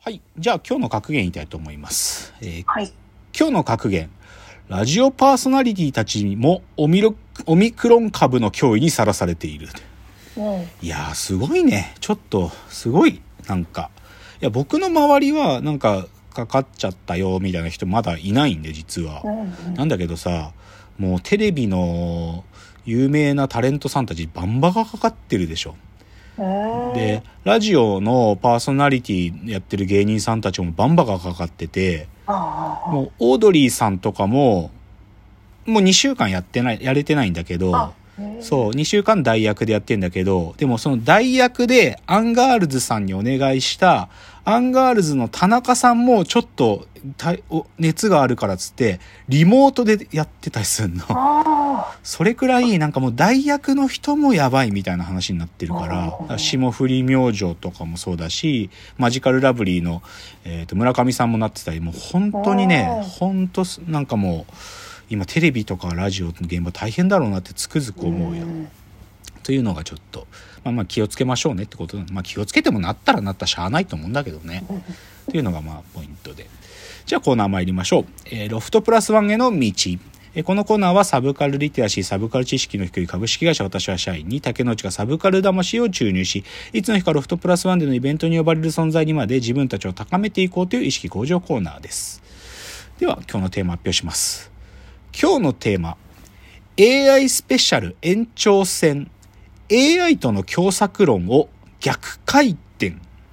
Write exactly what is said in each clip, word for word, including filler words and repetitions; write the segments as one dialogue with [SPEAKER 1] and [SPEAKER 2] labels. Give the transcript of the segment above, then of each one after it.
[SPEAKER 1] はい。じゃあ今日の格言言いたいと思います。えー
[SPEAKER 2] はい。
[SPEAKER 1] 今日の格言。ラジオパーソナリティたちもオミロオミクロン株の脅威にさらされている。
[SPEAKER 2] うん。
[SPEAKER 1] いやーすごいね。ちょっとすごい。なんか。いや僕の周りはなんかかかっちゃったよみたいな人まだいないんで実は。
[SPEAKER 2] うん。
[SPEAKER 1] なんだけどさ、もうテレビの有名なタレントさんたちバンバがかかってるでしょ。でラジオのパーソナリティやってる芸人さんたちもバンバがかかってて、もうオードリーさんとかももうにしゅうかんやってないやれてないんだけど、そうにしゅうかん代役でやってんだけど、でもその代役でアンガールズさんにお願いしたアンガールズの田中さんもちょっと熱があるからっつってリモートでやってたりするの。それくらいなんかもう代役の人もやばいみたいな話になってるから、霜降り明星とかもそうだし、マジカルラブリーの、えーと村上さんもなってたり、もう本当にね、本当なんかもう今テレビとかラジオの現場大変だろうなってつくづく思うよ。というのがちょっと、まあ、まあ気をつけましょうねってことで、まあ気をつけてもなったらなったらしゃあないと思うんだけどね。っていうのがまあポイントで。じゃあコーナー参りましょう。えー、ロフトプラスワンへの道。このコーナーはサブカルリテラシー、サブカル知識の低い株式会社私は社員に竹之内がサブカル魂を注入し、いつの日かロフトプラスワンでのイベントに呼ばれる存在にまで自分たちを高めていこうという意識向上コーナーです。では今日のテーマ発表します。今日のテーマ、エーアイ スペシャル延長戦、エーアイ との共作論を逆回転。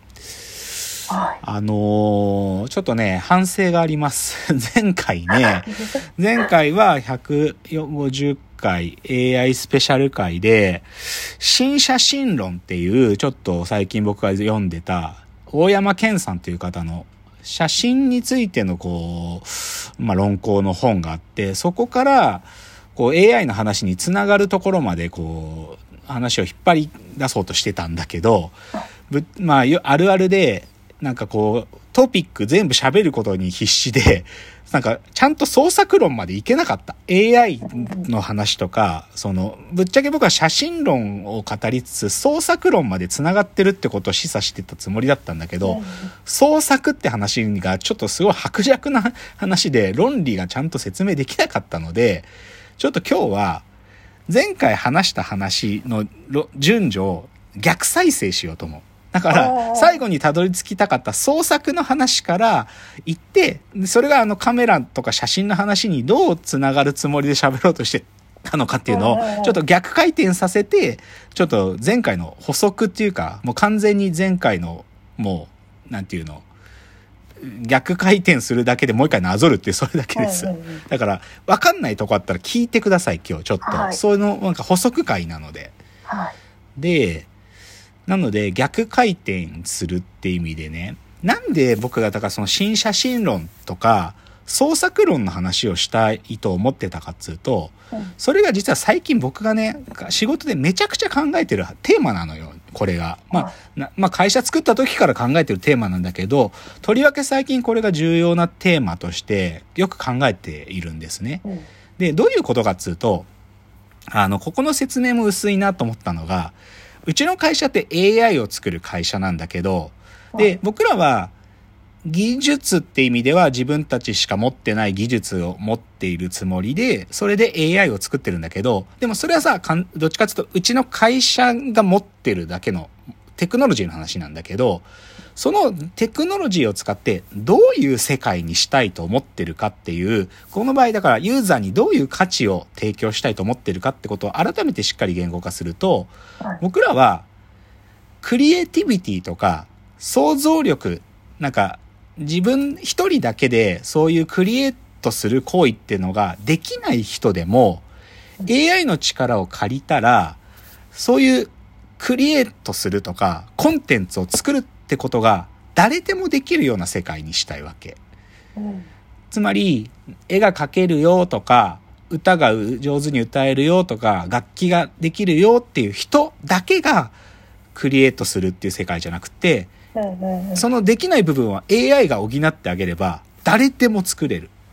[SPEAKER 1] あのー、ちょっとね、反省があります。前回ね、前回はひゃくごじゅっかい エーアイ スペシャル回で、新写真論っていう、ちょっと最近僕が読んでた、大山健さんという方の写真についてのこう、まあ、論考の本があって、そこから、こう エーアイ の話につながるところまでこう、話を引っ張り出そうとしてたんだけど、まあ、あるあるで、なんかこう、トピック全部喋ることに必死で、なんかちゃんと創作論までいけなかった。エーアイ の話とか、その、ぶっちゃけ僕は写真論を語りつつ、創作論まで繋がってるってことを示唆してたつもりだったんだけど、創作って話がちょっとすごい薄弱な話で、論理がちゃんと説明できなかったので、ちょっと今日は、前回話した話の順序を逆再生しようと思う。だから最後にたどり着きたかった創作の話から行って、それがあのカメラとか写真の話にどうつながるつもりで喋ろうとしてたのかっていうのをちょっと逆回転させて、ちょっと前回の補足っていうか、もう完全に前回のもうなんていうの逆回転するだけでもう一回なぞるっていう、それだけです。だから分かんないとこあったら聞いてください今日ちょっと、そういうのなんか補足回なので、でなので逆回転するって意味でね、なんで僕がだからその新写真論とか創作論の話をしたいと思ってたかっつうと、それが実は最近僕がね仕事でめちゃくちゃ考えてるテーマなのよこれが。まあ、なまあ会社作った時から考えてるテーマなんだけど、とりわけ最近これが重要なテーマとしてよく考えているんですね。でどういうことかっつうと、あのここの説明も薄いなと思ったのが、うちの会社って エーアイ を作る会社なんだけど、で、僕らは技術って意味では自分たちしか持ってない技術を持っているつもりで、それで エーアイ を作ってるんだけど、でもそれはさ、どっちかっていうとうちの会社が持ってるだけのテクノロジーの話なんだけど、そのテクノロジーを使ってどういう世界にしたいと思ってるかっていう、この場合だからユーザーにどういう価値を提供したいと思ってるかってことを改めてしっかり言語化すると、僕らはクリエイティビティとか想像力、なんか自分一人だけでそういうクリエイトする行為っていうのができない人でも エーアイ の力を借りたら、そういうクリエイトするとかコンテンツを作るってことが誰でもできるような世界にしたいわけ。うん、つまり絵が描けるよとか歌が上手に歌えるよとか楽器ができるよっていう人だけがクリエイトするっていう世界じゃなくて、そのできない部分は エーアイ が補ってあげれば誰でも作れる。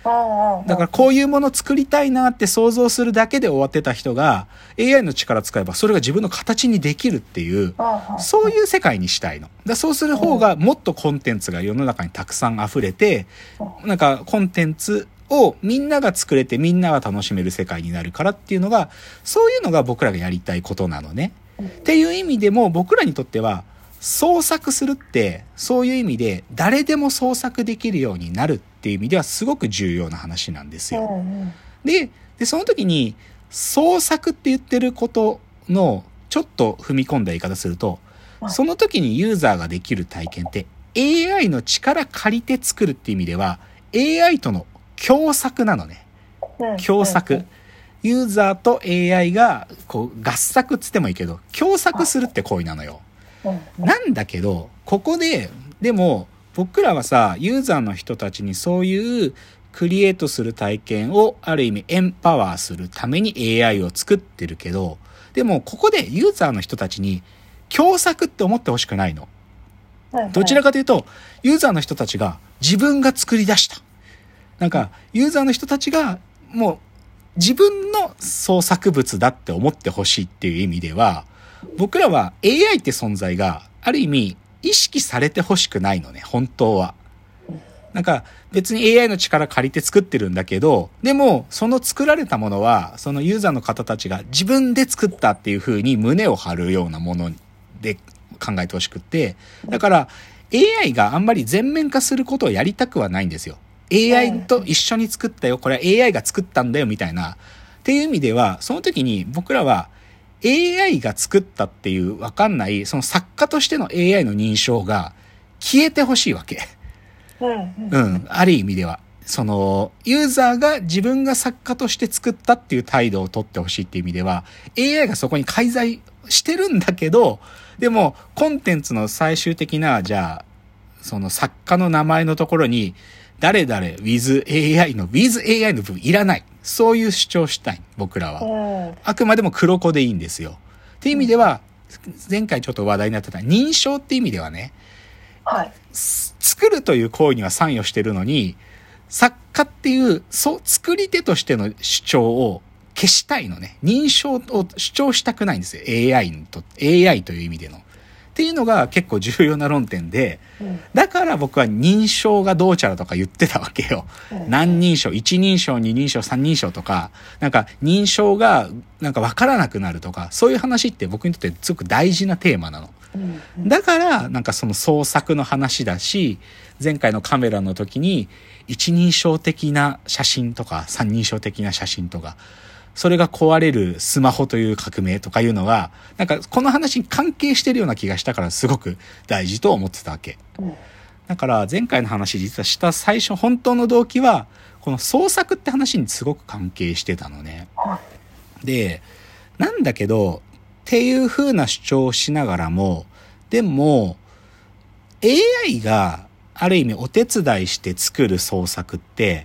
[SPEAKER 1] だからこういうものを作りたいなって想像するだけで終わってた人が エーアイ の力使えばそれが自分の形にできるっていう、そういう世界にしたいの。だそうする方がもっとコンテンツが世の中にたくさん溢れて、なんかコンテンツをみんなが作れてみんなが楽しめる世界になるからっていうのが、そういうのが僕らがやりたいことなのね。っていう意味でも僕らにとっては創作するってそういう意味で誰でも創作できるようになるっていう意味ではすごく重要な話なんですよ。で、でその時に創作って言ってることのちょっと踏み込んだ言い方すると、その時にユーザーができる体験って エーアイ の力借りて作るっていう意味では エーアイ との共作なのね。共作。ユーザーと エーアイ がこう合作っつってもいいけど共作するって行為なのよ。なんだけどここででも僕らはさユーザーの人たちにそういうクリエイトする体験をある意味エンパワーするために エーアイ を作ってるけど、でもここでユーザーの人たちに共作って思ってほしくないの。どちらかというとユーザーの人たちが自分が作り出したなんかユーザーの人たちがもう自分の創作物だって思ってほしいっていう意味では、僕らは エーアイ って存在がある意味意識されてほしくないのね、本当は。なんか別に エーアイ の力借りて作ってるんだけど、でもその作られたものはそのユーザーの方たちが自分で作ったっていう風に胸を張るようなもので考えてほしくって、だから エーアイ があんまり全面化することをやりたくはないんですよ。エーアイ と一緒に作ったよ、これは エーアイ が作ったんだよみたいなっていう意味では、その時に僕らは エーアイ が作ったっていう分かんないその作家としての エーアイ の認証が消えてほしいわけ。うん、うん、ある意味ではそのユーザーが自分が作家として作ったっていう態度を取ってほしいっていう意味では エーアイ がそこに介在してるんだけど、でもコンテンツの最終的なじゃあその作家の名前のところに誰々 with エーアイ の with エーアイ の部分いらない。そういう主張したい。僕らは。あくまでも黒子でいいんですよ。っていう意味では、前回ちょっと話題になってた認証っていう意味ではね、はい、作るという行為には参与してるのに、作家っていう、そう、作り手としての主張を消したいのね。認証を主張したくないんですよ。エーアイ と、エーアイ という意味での。っていうのが結構重要な論点で、だから僕は認証がどうちゃらとか言ってたわけよ。何認証、いち認証、に認証、さん認証とか、なんか認証がなんか分からなくなるとか、そういう話って僕にとってすごく大事なテーマなの。だからなんかその創作の話だし、前回のカメラの時に一人称的な写真とか三人称的な写真とか、それが壊れるスマホという革命とかいうのが、なんかこの話に関係してるような気がしたからすごく大事と思ってたわけ。だから前回の話実はした最初本当の動機はこの創作って話にすごく関係してたのね。で、なんだけどっていう風な主張をしながらも、でも エーアイ がある意味お手伝いして作る創作って、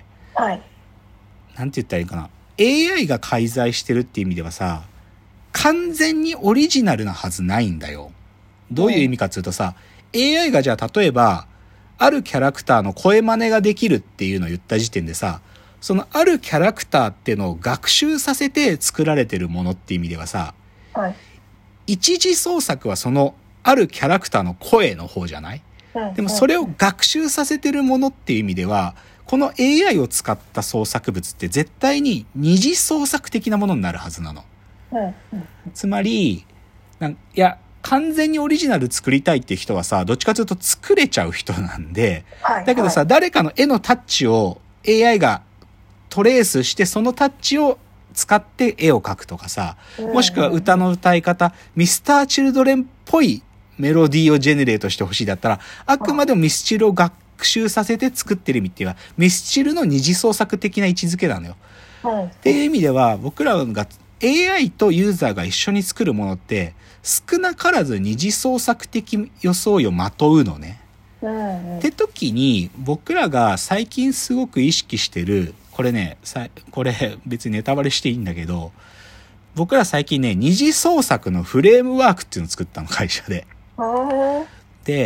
[SPEAKER 1] はい、なんて言ったらいいかな。エーアイ が介在してるっていう意味ではさ、完全にオリジナルなはずないんだよ。どういう意味かっていうとさ、エーアイ がじゃあ例えば、あるキャラクターの声真似ができるっていうのを言った時点でさ、そのあるキャラクターっていうのを学習させて作られてるものっていう意味ではさ、はい、一次創作はそのあるキャラクターの声の方じゃない？でもそれを学習させてるものっていう意味では、この エーアイ を使った創作物って絶対に二次創作的なものになるはずなの。つまり、なんいや、完全にオリジナル作りたいっていう人はさ、どっちかというと作れちゃう人なんで、はい、だけどさ、はい、誰かの絵のタッチを エーアイ がトレースして、そのタッチを使って絵を描くとかさ、もしくは歌の歌い方、ミスターチルドレンっぽいメロディーをジェネレートしてほしいだったら、あくまでもミスチルを学学習させて作ってる意味っていうのはミスチルの二次創作的な位置づけなのよ、はい、っていう意味では僕らが エーアイ とユーザーが一緒に作るものって少なからず二次創作的装いをまとうのね、うんうん、って時に僕らが最近すごく意識してるこれねさこれ別にネタバレしていいんだけど、僕ら最近ね二次創作のフレームワークっていうのを作ったの会社で。で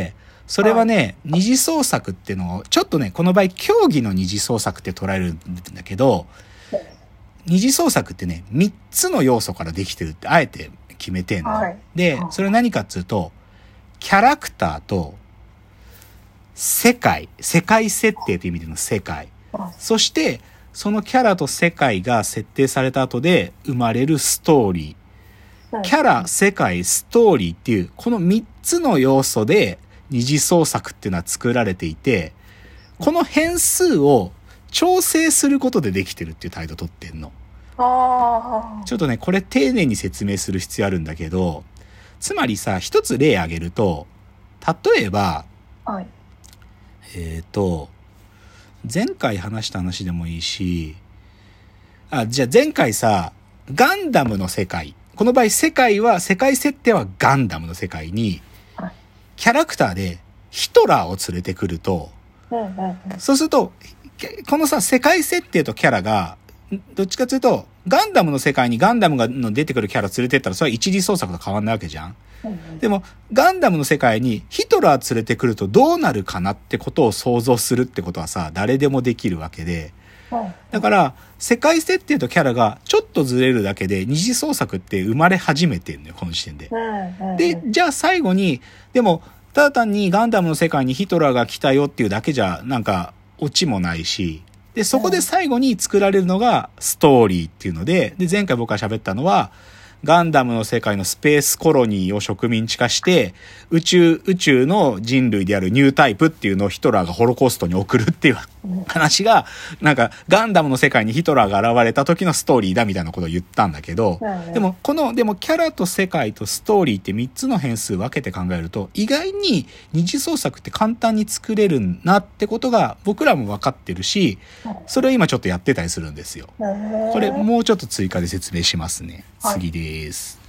[SPEAKER 1] それはね、二次創作っていうのを、ちょっとね、この場合、競技の二次創作って捉えるんだけど、二次創作ってね、三つの要素からできてるってあえて決めてんの。はい、で、それ何かっていうと、キャラクターと、世界、世界設定という意味での世界。そして、そのキャラと世界が設定された後で生まれるストーリー。キャラ、世界、ストーリーっていう、この三つの要素で二次創作っていうのは作られていて、この変数を調整することでできてるっていう態度を取ってんの。あちょっとね、これ丁寧に説明する必要あるんだけど、つまりさ、一つ例挙げると、例えば、はい、えっと、前回話した話でもいいし、あ、じゃあ前回さ、ガンダムの世界。この場合、世界は、世界設定はガンダムの世界に、キャラクターでヒトラーを連れてくると、そうすると、このさ、世界設定とキャラが、どっちかというと、ガンダムの世界にガンダムがの出てくるキャラ連れてったら、それは一次創作と変わんないわけじゃん。でも、ガンダムの世界にヒトラー連れてくるとどうなるかなってことを想像するってことはさ、誰でもできるわけで。だから、世界設定とキャラがちょっとずれるだけで二次創作って生まれ始めてるのよ、この時点で。で、じゃあ最後に、でも、ただ単にガンダムの世界にヒトラーが来たよっていうだけじゃ、なんか、オチもないし、で、そこで最後に作られるのがストーリーっていうので、で、前回僕が喋ったのは、ガンダムの世界のスペースコロニーを植民地化して、宇宙、宇宙の人類であるニュータイプっていうのをヒトラーがホロコーストに送るっていう話が、なんか、ガンダムの世界にヒトラーが現れた時のストーリーだみたいなことを言ったんだけど、でも、この、でもキャラと世界とストーリーってみっつの変数分けて考えると、意外に二次創作って簡単に作れるなってことが僕らも分かってるし、それを今ちょっとやってたりするんですよ。これもうちょっと追加で説明しますね。次です。